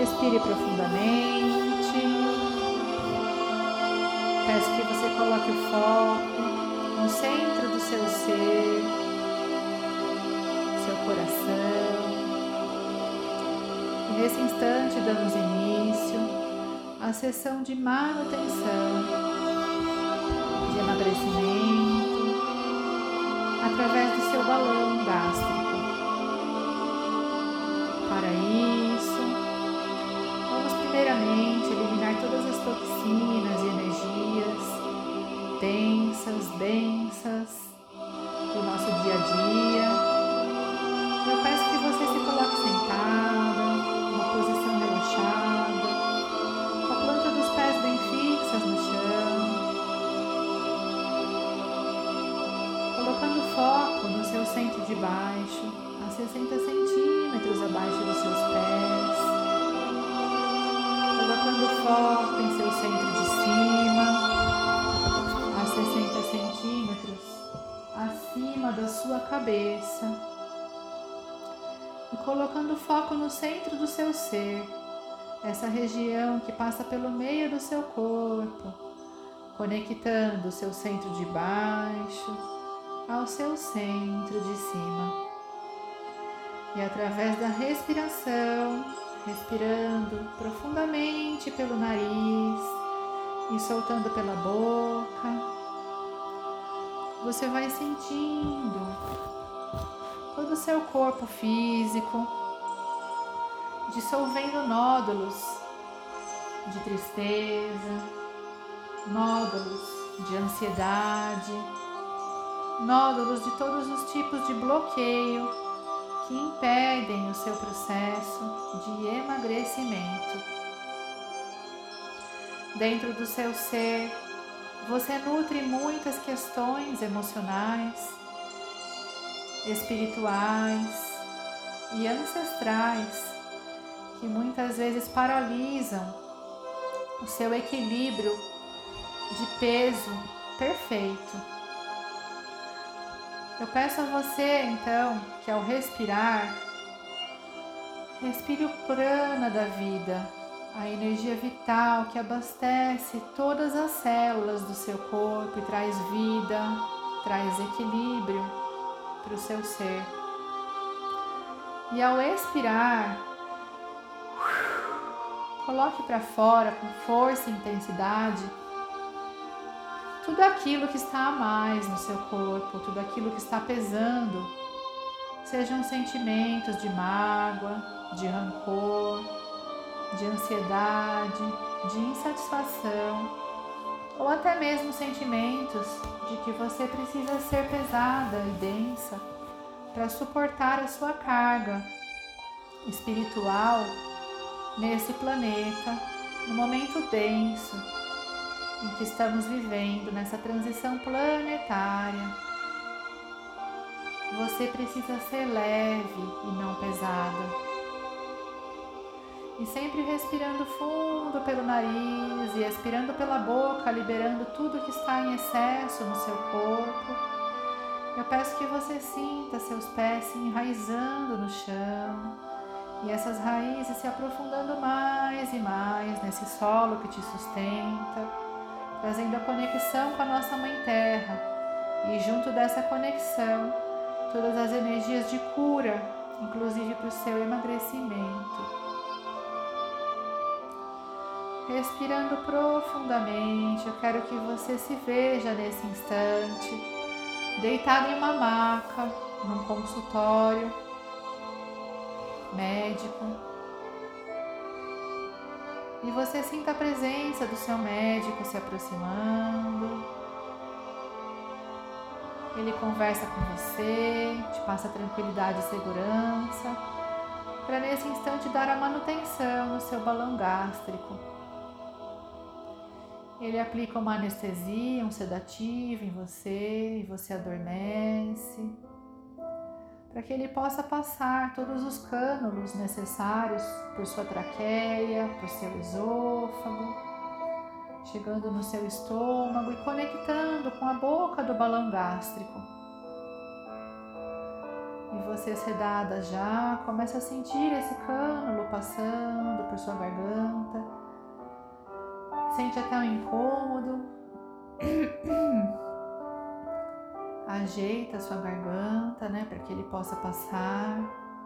Respire profundamente. Peço que você coloque o foco no centro do seu ser, seu coração. E nesse instante damos início à sessão de manutenção, de emagrecimento, através do seu balão gástrico. Para isso, vamos primeiramente eliminar todas as toxinas e energias densas do nosso dia a dia. Eu peço que você se coloque sentada, numa posição relaxada, com a planta dos pés bem fixas no chão, colocando foco no seu centro de baixo, a 60 centímetros abaixo dos seus pés, colocando foco em seu centro de cima, a 60 centímetros acima da sua cabeça, e colocando foco no centro do seu ser, essa região que passa pelo meio do seu corpo, conectando o seu centro de baixo ao seu centro de cima. E através da respiração, respirando profundamente pelo nariz e soltando pela boca, você vai sentindo todo o seu corpo físico, dissolvendo nódulos de tristeza, nódulos de ansiedade, nódulos de todos os tipos de bloqueio que impedem o seu processo de emagrecimento. Dentro do seu ser, você nutre muitas questões emocionais, espirituais e ancestrais que muitas vezes paralisam o seu equilíbrio de peso perfeito. Eu peço a você, então, que ao respirar, respire o prana da vida, a energia vital que abastece todas as células do seu corpo e traz vida, traz equilíbrio para o seu ser. E ao expirar, coloque para fora com força e intensidade tudo aquilo que está a mais no seu corpo, tudo aquilo que está pesando, sejam sentimentos de mágoa, de rancor, de ansiedade, de insatisfação, ou até mesmo sentimentos de que você precisa ser pesada e densa para suportar a sua carga espiritual nesse planeta, no momento denso em que estamos vivendo, nessa transição planetária. Você precisa ser leve e não pesada. E sempre respirando fundo pelo nariz e expirando pela boca, liberando tudo que está em excesso no seu corpo. Eu peço que você sinta seus pés se enraizando no chão e essas raízes se aprofundando mais e mais nesse solo que te sustenta, trazendo a conexão com a nossa Mãe Terra e junto dessa conexão todas as energias de cura, inclusive para o seu emagrecimento. Respirando profundamente, eu quero que você se veja nesse instante, deitado em uma maca, num consultório médico. E você sinta a presença do seu médico se aproximando. Ele conversa com você, te passa tranquilidade e segurança, para nesse instante dar a manutenção no seu balão gástrico. Ele aplica uma anestesia, um sedativo em você e você adormece, para que ele possa passar todos os cânulos necessários por sua traqueia, por seu esôfago, chegando no seu estômago e conectando com a boca do balão gástrico. E você, sedada já, começa a sentir esse cânulo passando por sua garganta. Sente até um incômodo. Ajeita a sua garganta, né, para que ele possa passar.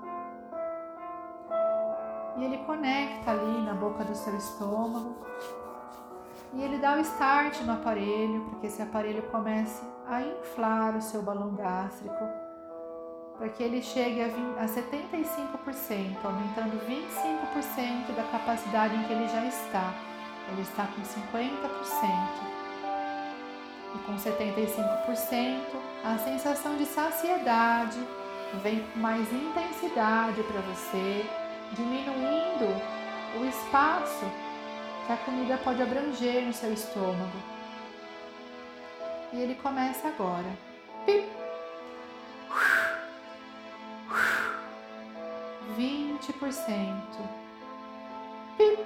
E ele conecta ali na boca do seu estômago. E ele dá o start no aparelho, para que esse aparelho comece a inflar o seu balão gástrico, para que ele chegue a 75%, aumentando 25% da capacidade em que ele já está. Ele está com 50%. E com 75%, a sensação de saciedade vem com mais intensidade para você, diminuindo o espaço que a comida pode abranger no seu estômago. E ele começa agora. Pip. 20%. Pip.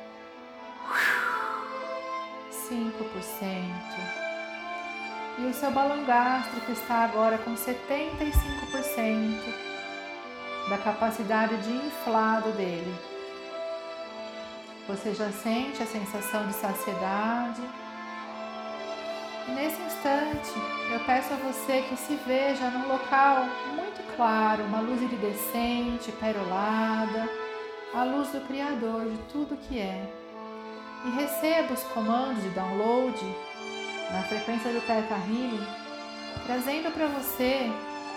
5%. E o seu balão gástrico está agora com 75% da capacidade de inflado dele. Você já sente a sensação de saciedade. E nesse instante, eu peço a você que se veja num local muito claro, uma luz iridescente, perolada, a luz do Criador de tudo que é. E receba os comandos de download na frequência do Theta Healing, trazendo para você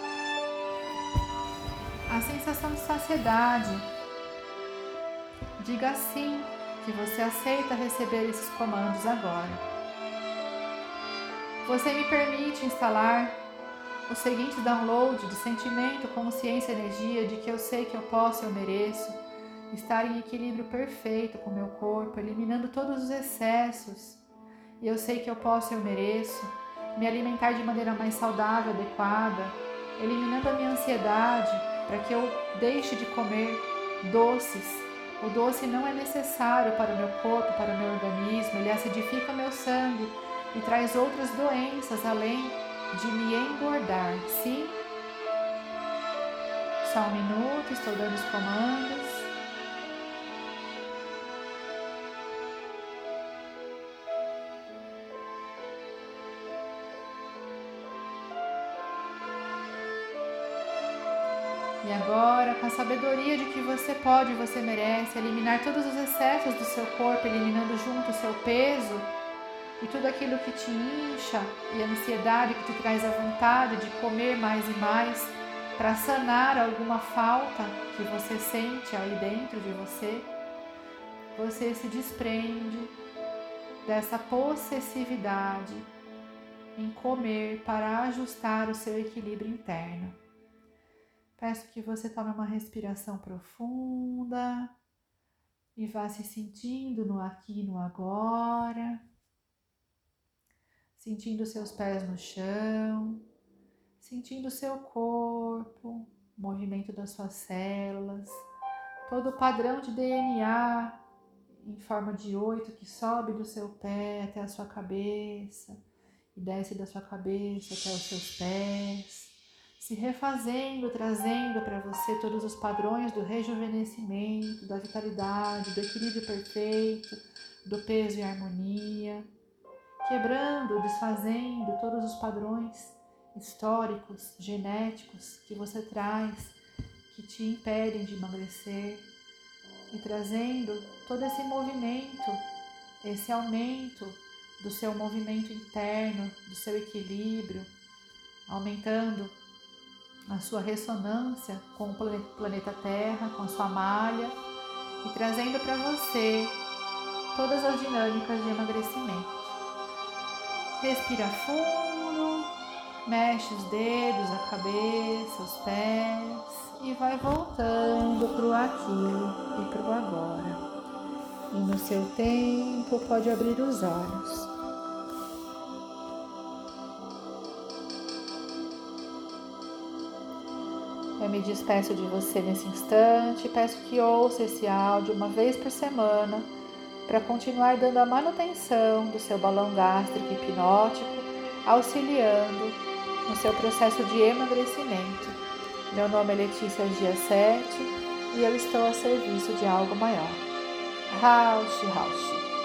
a sensação de saciedade. Diga sim que você aceita receber esses comandos agora. Você me permite instalar o seguinte download de sentimento, consciência e energia de que eu sei que eu posso e eu mereço estar em equilíbrio perfeito com o meu corpo, eliminando todos os excessos. E eu sei que eu posso e eu mereço me alimentar de maneira mais saudável, adequada, eliminando a minha ansiedade para que eu deixe de comer doces. O doce não é necessário para o meu corpo, para o meu organismo, ele acidifica o meu sangue e traz outras doenças além de me engordar. Sim? Só um minuto, estou dando os comandos. E agora, com a sabedoria de que você pode e você merece eliminar todos os excessos do seu corpo, eliminando junto o seu peso e tudo aquilo que te incha e a ansiedade que te traz a vontade de comer mais e mais para sanar alguma falta que você sente aí dentro de você, você se desprende dessa possessividade em comer para ajustar o seu equilíbrio interno. Peço que você tome uma respiração profunda e vá se sentindo no aqui e no agora, sentindo seus pés no chão, sentindo o seu corpo, o movimento das suas células, todo o padrão de DNA em forma de 8 que sobe do seu pé até a sua cabeça e desce da sua cabeça até os seus pés. Se refazendo, trazendo para você todos os padrões do rejuvenescimento, da vitalidade, do equilíbrio perfeito, do peso e harmonia, quebrando, desfazendo todos os padrões históricos, genéticos que você traz, que te impedem de emagrecer, e trazendo todo esse movimento, esse aumento do seu movimento interno, do seu equilíbrio, aumentando a sua ressonância com o planeta Terra, com a sua malha e trazendo para você todas as dinâmicas de emagrecimento. Respira fundo, mexe os dedos, a cabeça, os pés e vai voltando para o aqui e para o agora. E no seu tempo pode abrir os olhos. Eu me despeço de você nesse instante e peço que ouça esse áudio uma vez por semana para continuar dando a manutenção do seu balão gástrico hipnótico, auxiliando no seu processo de emagrecimento. Meu nome é Letícia Gia 7 e eu estou a serviço de algo maior. Raushi, Raushi.